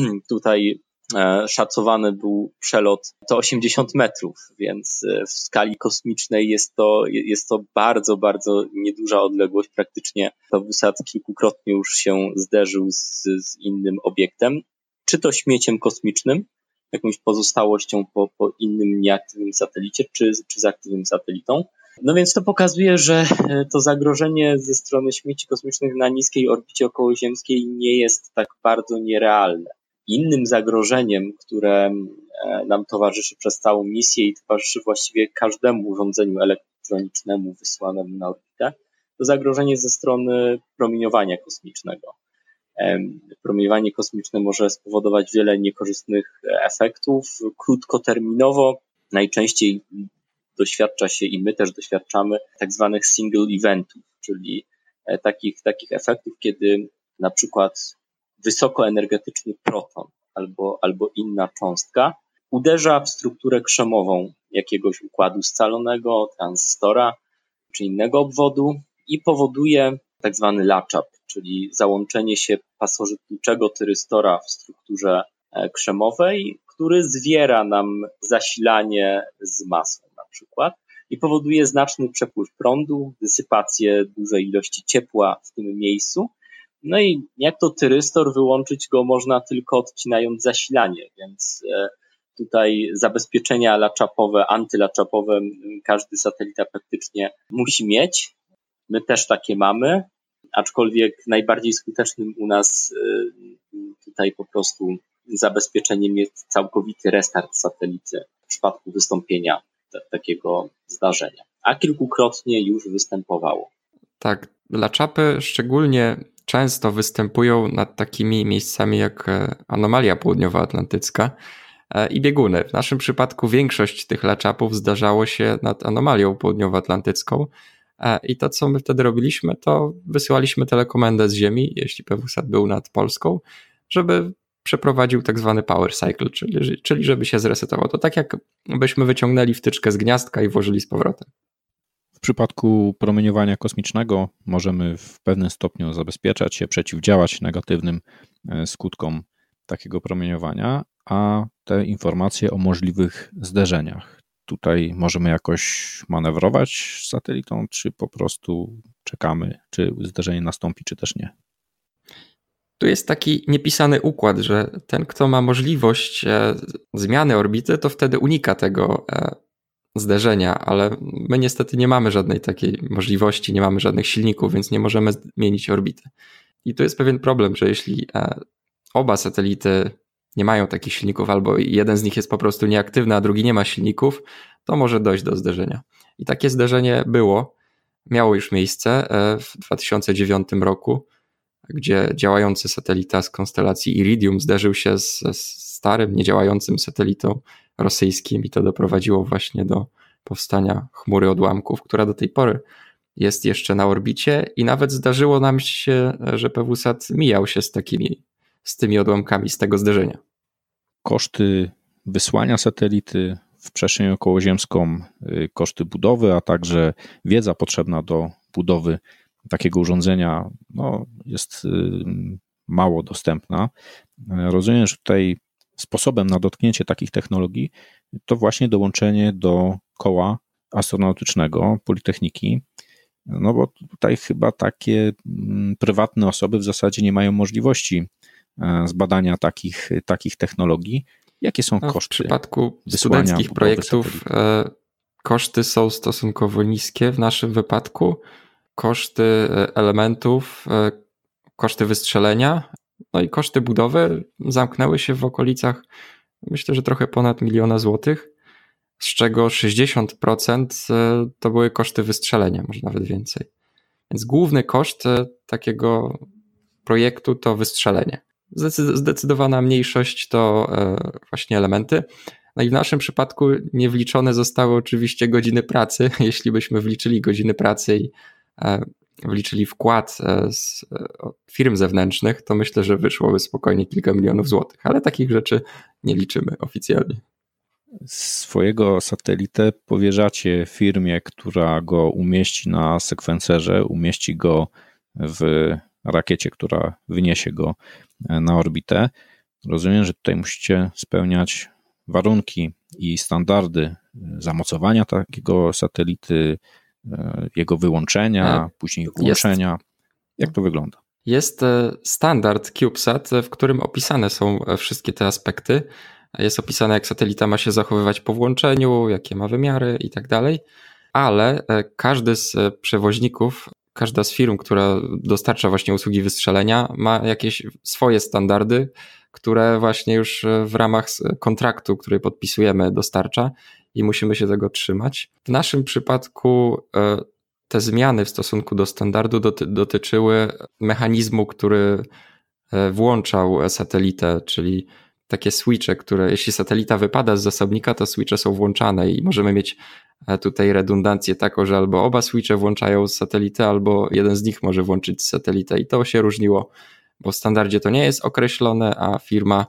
tutaj szacowany był przelot, to osiemdziesiąt metrów, więc w skali kosmicznej jest to, jest to bardzo, bardzo nieduża odległość. Praktycznie PewSat kilkukrotnie już się zderzył z, z innym obiektem, czy to śmieciem kosmicznym, jakąś pozostałością po, po innym nieaktywnym satelicie, czy, czy z aktywnym satelitą. No więc to pokazuje, że to zagrożenie ze strony śmieci kosmicznych na niskiej orbicie okołoziemskiej nie jest tak bardzo nierealne. Innym zagrożeniem, które nam towarzyszy przez całą misję i towarzyszy właściwie każdemu urządzeniu elektronicznemu wysłanemu na orbitę, to zagrożenie ze strony promieniowania kosmicznego. Promieniowanie kosmiczne może spowodować wiele niekorzystnych efektów. Krótkoterminowo najczęściej doświadcza się i my też doświadczamy tak zwanych single eventów, czyli takich, takich efektów, kiedy na przykład wysokoenergetyczny proton albo, albo inna cząstka uderza w strukturę krzemową jakiegoś układu scalonego, tranzystora czy innego obwodu i powoduje tak zwany latch-up, czyli załączenie się pasożytniczego tyrystora w strukturze krzemowej, który zwiera nam zasilanie z masą na przykład i powoduje znaczny przepływ prądu, dysypację dużej ilości ciepła w tym miejscu. No i jak to tyrystor, wyłączyć go można tylko odcinając zasilanie, więc tutaj zabezpieczenia latch-upowe, anty-latch-upowe każdy satelita praktycznie musi mieć. My też takie mamy, aczkolwiek najbardziej skutecznym u nas tutaj po prostu zabezpieczeniem jest całkowity restart satelity w przypadku wystąpienia t- takiego zdarzenia, a kilkukrotnie już występowało. Tak, latch-upy szczególnie często występują nad takimi miejscami jak anomalia południowoatlantycka i bieguny. W naszym przypadku większość tych latch-upów zdarzało się nad anomalią południowoatlantycką i to, co my wtedy robiliśmy, to wysyłaliśmy telekomendę z Ziemi, jeśli PewSat był nad Polską, żeby przeprowadził tak zwany power cycle, czyli, czyli żeby się zresetował. To tak jak byśmy wyciągnęli wtyczkę z gniazdka i włożyli z powrotem. W przypadku promieniowania kosmicznego możemy w pewnym stopniu zabezpieczać się, przeciwdziałać negatywnym skutkom takiego promieniowania, a te informacje o możliwych zderzeniach. Tutaj możemy jakoś manewrować z satelitą, czy po prostu czekamy, czy zderzenie nastąpi, czy też nie. Tu jest taki niepisany układ, że ten, kto ma możliwość zmiany orbity, to wtedy unika tego zderzenia, ale my niestety nie mamy żadnej takiej możliwości, nie mamy żadnych silników, więc nie możemy zmienić orbity. I tu jest pewien problem, że jeśli oba satelity nie mają takich silników, albo jeden z nich jest po prostu nieaktywny, a drugi nie ma silników, to może dojść do zderzenia. I takie zderzenie było, miało już miejsce w dwa tysiące dziewiątym roku, gdzie działający satelita z konstelacji Iridium zderzył się z, z starym, niedziałającym satelitą rosyjskim i to doprowadziło właśnie do powstania chmury odłamków, która do tej pory jest jeszcze na orbicie i nawet zdarzyło nam się, że PewSat mijał się z takimi, z tymi odłamkami z tego zderzenia. Koszty wysłania satelity w przestrzeń okołoziemską, koszty budowy, a także wiedza potrzebna do budowy takiego urządzenia no, jest mało dostępna. Rozumiem, że tutaj sposobem na dotknięcie takich technologii to właśnie dołączenie do koła astronautycznego Politechniki, no bo tutaj chyba takie prywatne osoby w zasadzie nie mają możliwości zbadania takich, takich technologii. Jakie są no, koszty? W przypadku studenckich projektów satelity? Koszty są stosunkowo niskie. W naszym wypadku koszty elementów, koszty wystrzelenia, no i koszty budowy zamknęły się w okolicach, myślę, że trochę ponad miliona złotych, z czego sześćdziesiąt procent to były koszty wystrzelenia, może nawet więcej. Więc główny koszt takiego projektu to wystrzelenie. Zdecydowana mniejszość to właśnie elementy. No i w naszym przypadku nie wliczone zostały oczywiście godziny pracy. Jeśli byśmy wliczyli godziny pracy i wliczyli wkład z firm zewnętrznych, to myślę, że wyszłoby spokojnie kilka milionów złotych, ale takich rzeczy nie liczymy oficjalnie. Swojego satelitę powierzacie firmie, która go umieści na sekwencerze, umieści go w rakiecie, która wyniesie go na orbitę. Rozumiem, że tutaj musicie spełniać warunki i standardy zamocowania takiego satelity, jego wyłączenia, później włączenia. Jest, Jak to wygląda? Jest standard CubeSat, w którym opisane są wszystkie te aspekty. Jest opisane, jak satelita ma się zachowywać po włączeniu, jakie ma wymiary i tak dalej, ale każdy z przewoźników, każda z firm, która dostarcza właśnie usługi wystrzelenia, ma jakieś swoje standardy, które właśnie już w ramach kontraktu, który podpisujemy, dostarcza i musimy się tego trzymać. W naszym przypadku te zmiany w stosunku do standardu doty- dotyczyły mechanizmu, który włączał satelitę, czyli takie switche, które jeśli satelita wypada z zasobnika, to switche są włączane i możemy mieć tutaj redundancję taką, że albo oba switche włączają satelitę, albo jeden z nich może włączyć satelitę i to się różniło, bo w standardzie to nie jest określone, a firma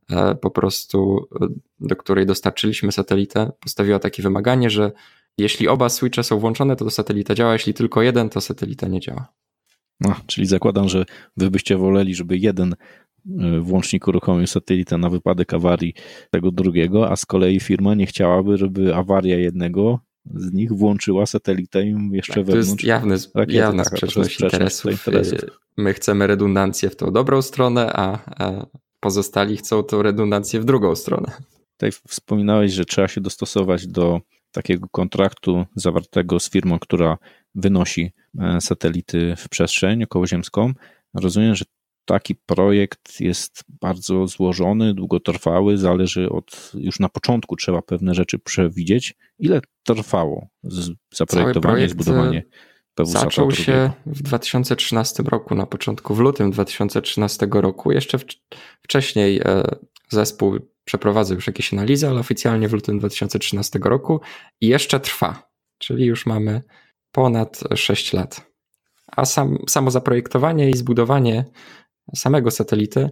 po prostu, do której dostarczyliśmy satelitę, postawiła takie wymaganie, że jeśli oba switche są włączone, to satelita działa, jeśli tylko jeden, to satelita nie działa. No, czyli zakładam, że wy byście woleli, żeby jeden włącznik uruchomił satelitę na wypadek awarii tego drugiego, a z kolei firma nie chciałaby, żeby awaria jednego z nich włączyła satelitę im jeszcze tak, wewnątrz. To jest jawny, rakiety, jawna taka, sprzeczność, sprzeczność interesów. interesów. My chcemy redundancję w tą dobrą stronę, a, a pozostali chcą tą redundancję w drugą stronę. Tutaj wspominałeś, że trzeba się dostosować do takiego kontraktu zawartego z firmą, która wynosi satelity w przestrzeń okołoziemską. Rozumiem, że taki projekt jest bardzo złożony, długotrwały, zależy od, już na początku trzeba pewne rzeczy przewidzieć. Ile trwało zaprojektowanie i zbudowanie PewSata zaczął drugiego? się w dwa tysiące trzynastym roku, na początku, w lutym dwa tysiące trzynastego roku. Jeszcze w, wcześniej zespół przeprowadzał już jakieś analizy, ale oficjalnie w lutym dwa tysiące trzynastego roku i jeszcze trwa, czyli już mamy ponad sześć lat. A sam, samo zaprojektowanie i zbudowanie samego satelity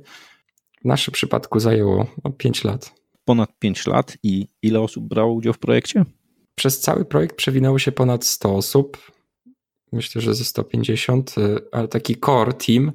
w naszym przypadku zajęło pięć lat. Ponad pięć lat i ile osób brało udział w projekcie? Przez cały projekt przewinęło się ponad sto osób. Myślę, że ze sto pięćdziesiąt, ale taki core team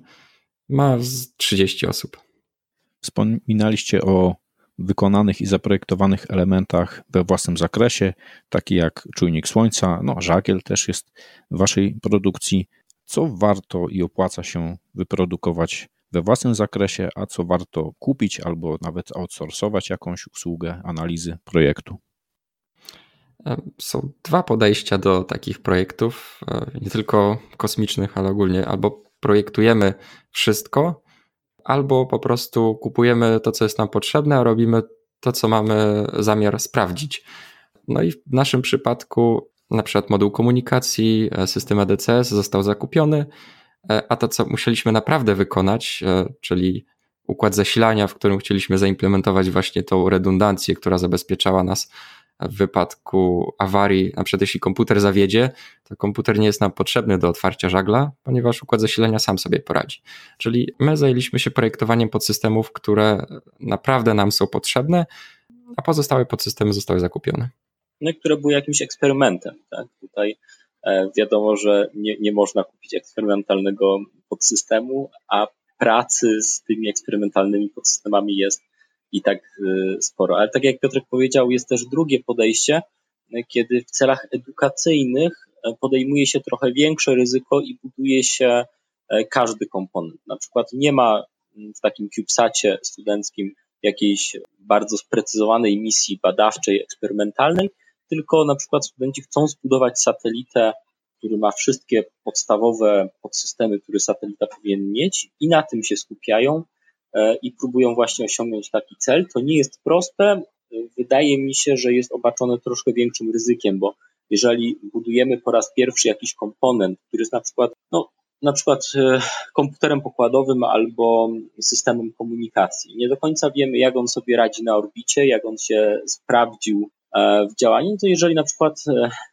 ma trzydzieści osób. Wspominaliście o wykonanych i zaprojektowanych elementach we własnym zakresie, taki jak czujnik słońca, no żagiel też jest w waszej produkcji. Co warto i opłaca się wyprodukować we własnym zakresie, a co warto kupić albo nawet outsourcować jakąś usługę analizy projektu? Są dwa podejścia do takich projektów, nie tylko kosmicznych, ale ogólnie. Albo projektujemy wszystko, albo po prostu kupujemy to, co jest nam potrzebne, a robimy to, co mamy zamiar sprawdzić. No i w naszym przypadku na przykład moduł komunikacji, system A D C S został zakupiony, a to, co musieliśmy naprawdę wykonać, czyli układ zasilania, w którym chcieliśmy zaimplementować właśnie tą redundancję, która zabezpieczała nas w wypadku awarii, na przykład jeśli komputer zawiedzie, to komputer nie jest nam potrzebny do otwarcia żagla, ponieważ układ zasilania sam sobie poradzi. Czyli my zajęliśmy się projektowaniem podsystemów, które naprawdę nam są potrzebne, a pozostałe podsystemy zostały zakupione. No i które były jakimś eksperymentem. Tak? Tutaj e, wiadomo, że nie, nie można kupić eksperymentalnego podsystemu, a pracy z tymi eksperymentalnymi podsystemami jest i tak y, sporo. Ale tak jak Piotrek powiedział, jest też drugie podejście, y, kiedy w celach edukacyjnych y, podejmuje się trochę większe ryzyko i buduje się y, każdy komponent. Na przykład nie ma w takim CubeSacie studenckim jakiejś bardzo sprecyzowanej misji badawczej, eksperymentalnej, tylko na przykład studenci chcą zbudować satelitę, który ma wszystkie podstawowe podsystemy, które satelita powinien mieć i na tym się skupiają i próbują właśnie osiągnąć taki cel. To nie jest proste. Wydaje mi się, że jest obarczone troszkę większym ryzykiem, bo jeżeli budujemy po raz pierwszy jakiś komponent, który jest na przykład, no, na przykład komputerem pokładowym albo systemem komunikacji, nie do końca wiemy, jak on sobie radzi na orbicie, jak on się sprawdził w działaniu, to jeżeli na przykład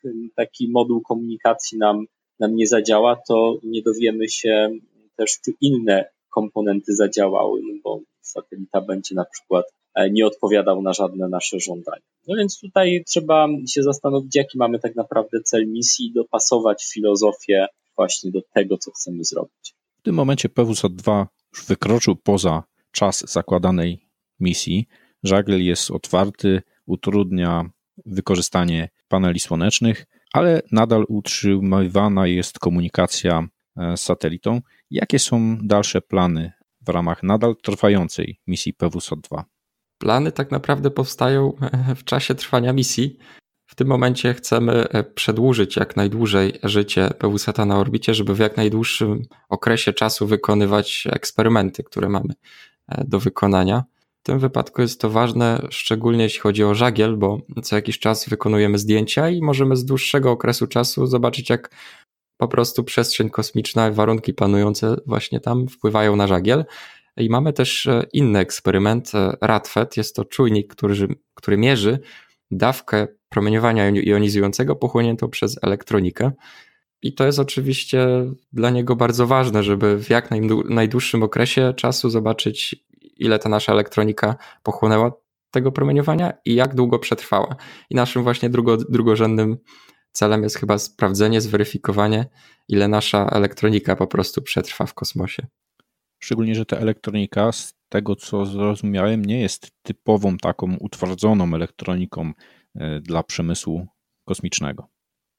taki moduł komunikacji nam, nam nie zadziała, to nie dowiemy się też, czy inne komponenty zadziałały, no bo satelita będzie na przykład nie odpowiadał na żadne nasze żądania. No więc tutaj trzeba się zastanowić, jaki mamy tak naprawdę cel misji i dopasować filozofię właśnie do tego, co chcemy zrobić. W tym momencie PeWSAT dwa już wykroczył poza czas zakładanej misji. Żagiel jest otwarty, utrudnia wykorzystanie paneli słonecznych, ale nadal utrzymywana jest komunikacja z satelitą. Jakie są dalsze plany w ramach nadal trwającej misji PeWSAT dwa? Plany tak naprawdę powstają w czasie trwania misji. W tym momencie chcemy przedłużyć jak najdłużej życie PeWSATA na orbicie, żeby w jak najdłuższym okresie czasu wykonywać eksperymenty, które mamy do wykonania. W tym wypadku jest to ważne, szczególnie jeśli chodzi o żagiel, bo co jakiś czas wykonujemy zdjęcia i możemy z dłuższego okresu czasu zobaczyć, jak po prostu przestrzeń kosmiczna, warunki panujące właśnie tam wpływają na żagiel. I mamy też inny eksperyment, RADFET. Jest to czujnik, który, który mierzy dawkę promieniowania jonizującego pochłoniętą przez elektronikę. I to jest oczywiście dla niego bardzo ważne, żeby w jak najdłuższym okresie czasu zobaczyć, ile ta nasza elektronika pochłonęła tego promieniowania i jak długo przetrwała. I naszym właśnie drugo, drugorzędnym celem jest chyba sprawdzenie, zweryfikowanie, ile nasza elektronika po prostu przetrwa w kosmosie. Szczególnie, że ta elektronika, z tego co zrozumiałem, nie jest typową taką utwardzoną elektroniką dla przemysłu kosmicznego.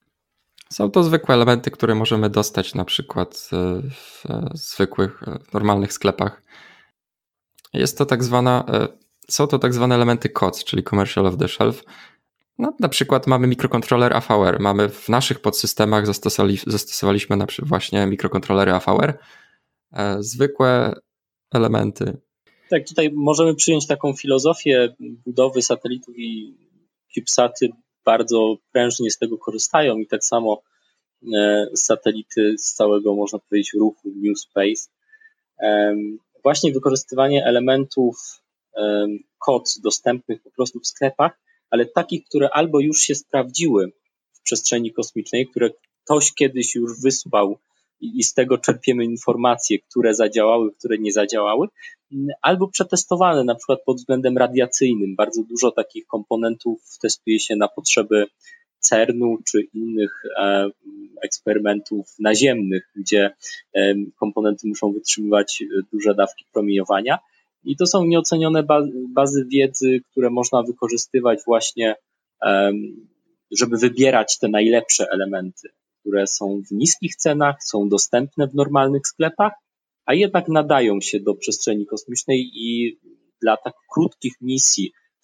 Są to zwykłe elementy, które możemy dostać na przykład w zwykłych, normalnych sklepach. Jest to tak zwana, są to tak zwane elementy C O T S, czyli Commercial off the Shelf. No, na przykład mamy mikrokontroler A V R. Mamy w naszych podsystemach zastosowali, zastosowaliśmy na przykład właśnie mikrokontrolery A V R. Zwykłe elementy. Tak, tutaj możemy przyjąć taką filozofię budowy satelitów i CubeSaty bardzo prężnie z tego korzystają i tak samo satelity z całego, można powiedzieć, ruchu New Space. Właśnie wykorzystywanie elementów C O T S dostępnych po prostu w sklepach, ale takich, które albo już się sprawdziły w przestrzeni kosmicznej, które ktoś kiedyś już wysłał i z tego czerpiemy informacje, które zadziałały, które nie zadziałały, albo przetestowane na przykład pod względem radiacyjnym. Bardzo dużo takich komponentów testuje się na potrzeby cernu czy innych e, eksperymentów naziemnych, gdzie e, komponenty muszą wytrzymywać duże dawki promieniowania. I to są nieocenione bazy, bazy wiedzy, które można wykorzystywać właśnie, e, żeby wybierać te najlepsze elementy, które są w niskich cenach, są dostępne w normalnych sklepach, a jednak nadają się do przestrzeni kosmicznej i dla tak krótkich misji w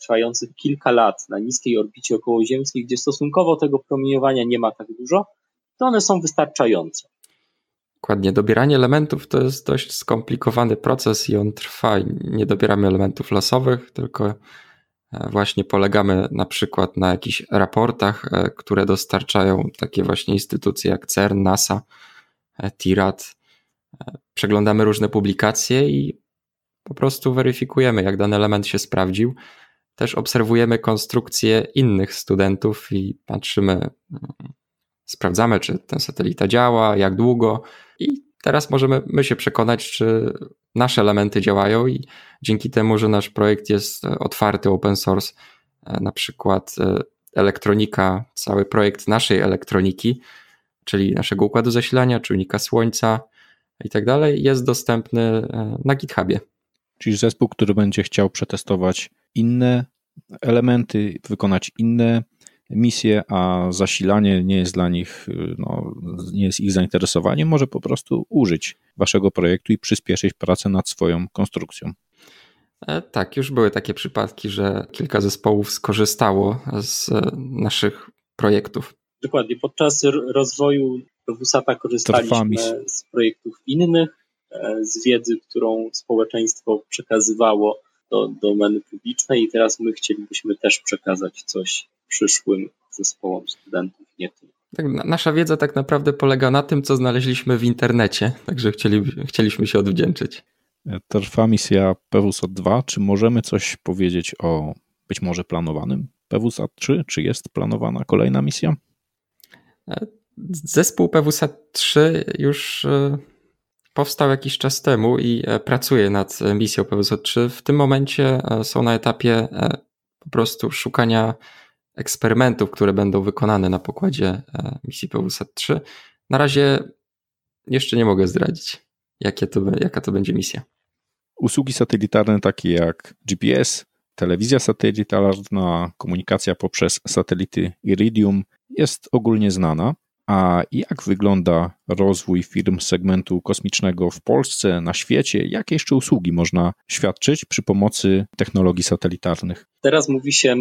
trwających kilka lat na niskiej orbicie okołoziemskiej, gdzie stosunkowo tego promieniowania nie ma tak dużo, to one są wystarczające. Dokładnie. Dobieranie elementów to jest dość skomplikowany proces i on trwa. Nie dobieramy elementów losowych, tylko właśnie polegamy na przykład na jakichś raportach, które dostarczają takie właśnie instytucje jak C E R N, NASA, T I R A D. Przeglądamy różne publikacje i po prostu weryfikujemy, jak dany element się sprawdził. Też obserwujemy konstrukcje innych studentów i patrzymy, sprawdzamy, czy ten satelita działa, jak długo i teraz możemy my się przekonać, czy nasze elementy działają i dzięki temu, że nasz projekt jest otwarty, open source, na przykład elektronika, cały projekt naszej elektroniki, czyli naszego układu zasilania, czujnika słońca i tak dalej, jest dostępny na GitHubie. Czyli zespół, który będzie chciał przetestować inne elementy, wykonać inne misje, a zasilanie nie jest dla nich, no, nie jest ich zainteresowaniem, może po prostu użyć waszego projektu i przyspieszyć pracę nad swoją konstrukcją. Tak, już były takie przypadki, że kilka zespołów skorzystało z naszych projektów. Dokładnie. Podczas rozwoju PeWuSata korzystaliśmy z projektów innych, z wiedzy, którą społeczeństwo przekazywało do domeny publicznej i teraz my chcielibyśmy też przekazać coś przyszłym zespołom studentów, nie tylko. Tak, nasza wiedza tak naprawdę polega na tym, co znaleźliśmy w internecie, także chcieli, chcieliśmy się odwdzięczyć. Trwa misja PeWuSat dwa. Czy możemy coś powiedzieć o być może planowanym PeWuSat trzy? Czy jest planowana kolejna misja? Zespół PeWuSat trzy już powstał jakiś czas temu i pracuje nad misją PeWuSat trzy. W tym momencie są na etapie po prostu szukania eksperymentów, które będą wykonane na pokładzie misji PeWuSat trzy. Na razie jeszcze nie mogę zdradzić, jakie to, jaka to będzie misja. Usługi satelitarne takie jak G P S, telewizja satelitarna, komunikacja poprzez satelity Iridium jest ogólnie znana. A jak wygląda rozwój firm z segmentu kosmicznego w Polsce, na świecie? Jakie jeszcze usługi można świadczyć przy pomocy technologii satelitarnych? Teraz mówi się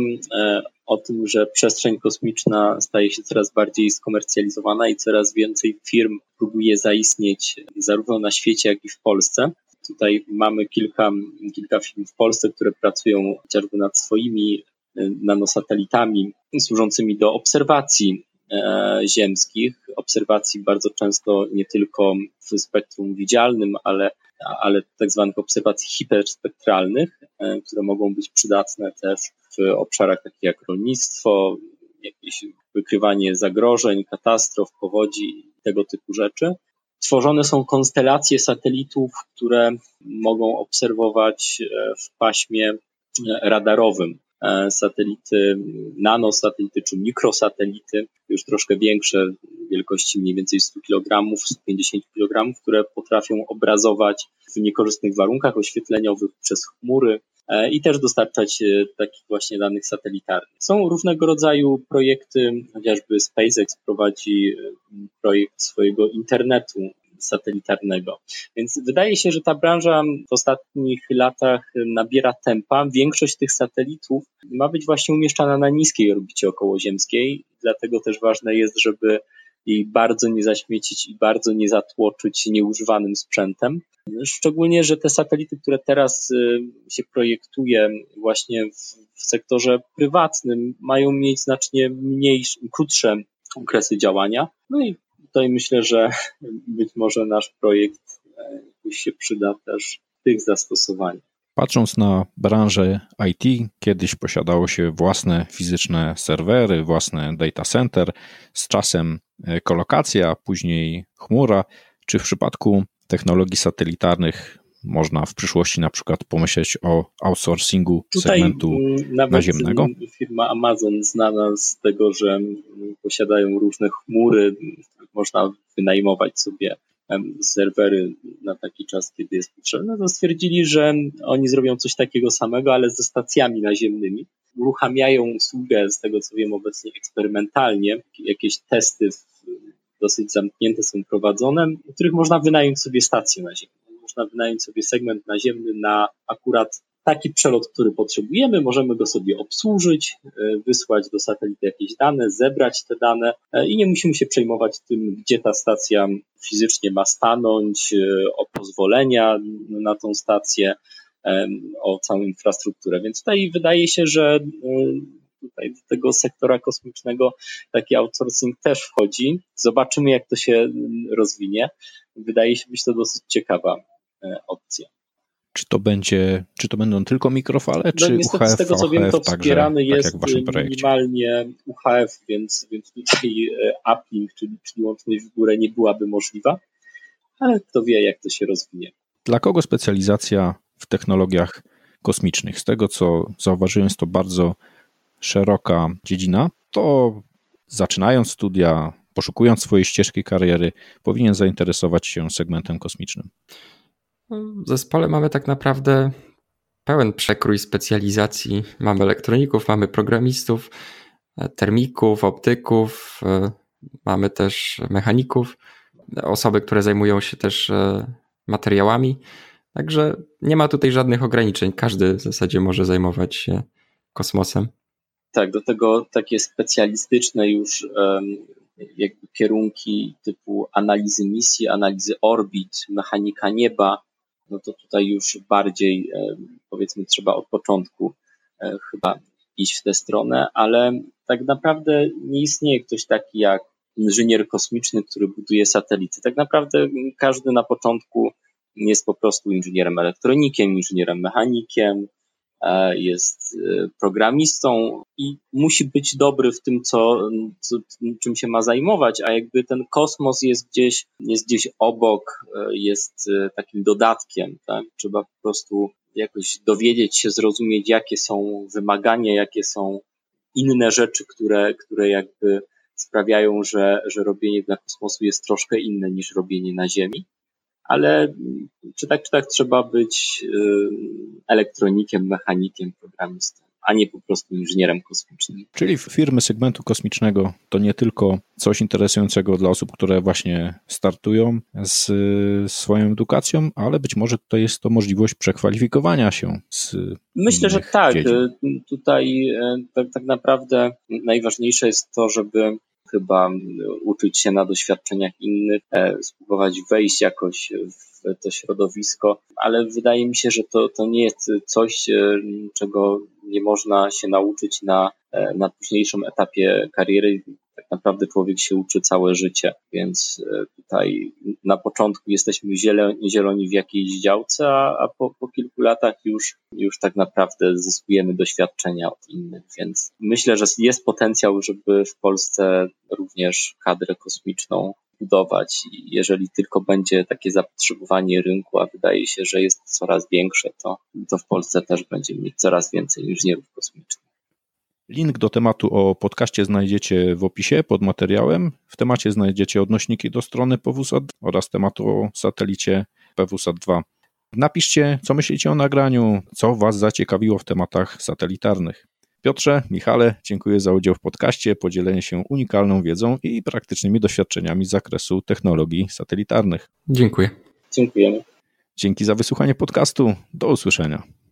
o tym, że przestrzeń kosmiczna staje się coraz bardziej skomercjalizowana i coraz więcej firm próbuje zaistnieć zarówno na świecie, jak i w Polsce. Tutaj mamy kilka, kilka firm w Polsce, które pracują chociażby nad swoimi nanosatelitami służącymi do obserwacji ziemskich, obserwacji bardzo często nie tylko w spektrum widzialnym, ale, ale tak zwanych obserwacji hiperspektralnych, które mogą być przydatne też w obszarach takich jak rolnictwo, jakieś wykrywanie zagrożeń, katastrof, powodzi, tego typu rzeczy. Tworzone są konstelacje satelitów, które mogą obserwować w paśmie radarowym. Satelity, nanosatelity czy mikrosatelity, już troszkę większe, wielkości mniej więcej sto kilogramów, sto pięćdziesiąt kilogramów, które potrafią obrazować w niekorzystnych warunkach oświetleniowych przez chmury i też dostarczać takich właśnie danych satelitarnych. Są różnego rodzaju projekty, chociażby SpaceX prowadzi projekt swojego internetu satelitarnego. Więc wydaje się, że ta branża w ostatnich latach nabiera tempa. Większość tych satelitów ma być właśnie umieszczana na niskiej orbicie okołoziemskiej, dlatego też ważne jest, żeby jej bardzo nie zaśmiecić i bardzo nie zatłoczyć nieużywanym sprzętem. Szczególnie, że te satelity, które teraz się projektuje właśnie w sektorze prywatnym, mają mieć znacznie mniejsze, krótsze okresy działania. No i tutaj myślę, że być może nasz projekt jakoś się przyda też w tych zastosowaniach. Patrząc na branżę I T, kiedyś posiadało się własne fizyczne serwery, własne data center, z czasem kolokacja, później chmura. Czy w przypadku technologii satelitarnych można w przyszłości na przykład pomyśleć o outsourcingu Tutaj segmentu nawet naziemnego? Firma Amazon znana z tego, że posiadają różne chmury, w których można wynajmować sobie serwery na taki czas, kiedy jest potrzebne, to stwierdzili, że oni zrobią coś takiego samego, ale ze stacjami naziemnymi. Uruchamiają usługę, z tego co wiem obecnie eksperymentalnie, jakieś testy dosyć zamknięte są prowadzone, w których można wynająć sobie stację naziemną. Można wynająć sobie segment naziemny na akurat taki przelot, który potrzebujemy, możemy go sobie obsłużyć, wysłać do satelity jakieś dane, zebrać te dane i nie musimy się przejmować tym, gdzie ta stacja fizycznie ma stanąć, o pozwolenia na tą stację, o całą infrastrukturę. Więc tutaj wydaje się, że tutaj do tego sektora kosmicznego taki outsourcing też wchodzi. Zobaczymy, jak to się rozwinie. Wydaje się być to dosyć ciekawa opcja. Czy to będzie, czy to będą tylko mikrofale, no, czy niestety, U H F, z tego co wiem, to wspierany także, jest tak jak minimalnie U H F, więc, więc tutaj uplink, czyli, czyli łączność w górę nie byłaby możliwa, ale kto wie, jak to się rozwinie. Dla kogo specjalizacja w technologiach kosmicznych? Z tego, co zauważyłem, jest to bardzo szeroka dziedzina. To zaczynając studia, poszukując swojej ścieżki kariery, powinien zainteresować się segmentem kosmicznym. W zespole mamy tak naprawdę pełen przekrój specjalizacji. Mamy elektroników, mamy programistów, termików, optyków, mamy też mechaników, osoby, które zajmują się też materiałami. Także nie ma tutaj żadnych ograniczeń. Każdy w zasadzie może zajmować się kosmosem. Tak, do tego takie specjalistyczne już jakby kierunki typu analizy misji, analizy orbit, mechanika nieba, no to tutaj już bardziej powiedzmy trzeba od początku chyba iść w tę stronę, ale tak naprawdę nie istnieje ktoś taki jak inżynier kosmiczny, który buduje satelity. Tak naprawdę każdy na początku jest po prostu inżynierem elektronikiem, inżynierem mechanikiem, jest programistą i musi być dobry w tym, co, co, czym się ma zajmować, a jakby ten kosmos jest gdzieś, jest gdzieś obok, jest takim dodatkiem, tak? Trzeba po prostu jakoś dowiedzieć się, zrozumieć, jakie są wymagania, jakie są inne rzeczy, które, które jakby sprawiają, że, że robienie dla kosmosu jest troszkę inne niż robienie na Ziemi. Ale czy tak, czy tak trzeba być elektronikiem, mechanikiem, programistą, a nie po prostu inżynierem kosmicznym. Czyli firmy segmentu kosmicznego to nie tylko coś interesującego dla osób, które właśnie startują z swoją edukacją, ale być może tutaj jest to możliwość przekwalifikowania się z Myślę, że tak. dziedzin. Tutaj tak, tak naprawdę najważniejsze jest to, żeby chyba uczyć się na doświadczeniach innych, spróbować wejść jakoś w to środowisko, ale wydaje mi się, że to, to nie jest coś, czego nie można się nauczyć na, na późniejszym etapie kariery. Tak naprawdę człowiek się uczy całe życie, więc tutaj na początku jesteśmy zieloni, zieloni w jakiejś działce, a, a po, po kilku latach już, już tak naprawdę zyskujemy doświadczenia od innych, więc myślę, że jest potencjał, żeby w Polsce również kadrę kosmiczną budować i jeżeli tylko będzie takie zapotrzebowanie rynku, a wydaje się, że jest coraz większe, to, to w Polsce też będziemy mieć coraz więcej inżynierów kosmicznych. Link do tematu o podcaście znajdziecie w opisie pod materiałem. W temacie znajdziecie odnośniki do strony P W SAT oraz tematu o satelicie P W SAT dwa. Napiszcie, co myślicie o nagraniu, co Was zaciekawiło w tematach satelitarnych. Piotrze, Michale, dziękuję za udział w podcaście, podzielenie się unikalną wiedzą i praktycznymi doświadczeniami z zakresu technologii satelitarnych. Dziękuję. Dziękujemy. Dzięki za wysłuchanie podcastu. Do usłyszenia.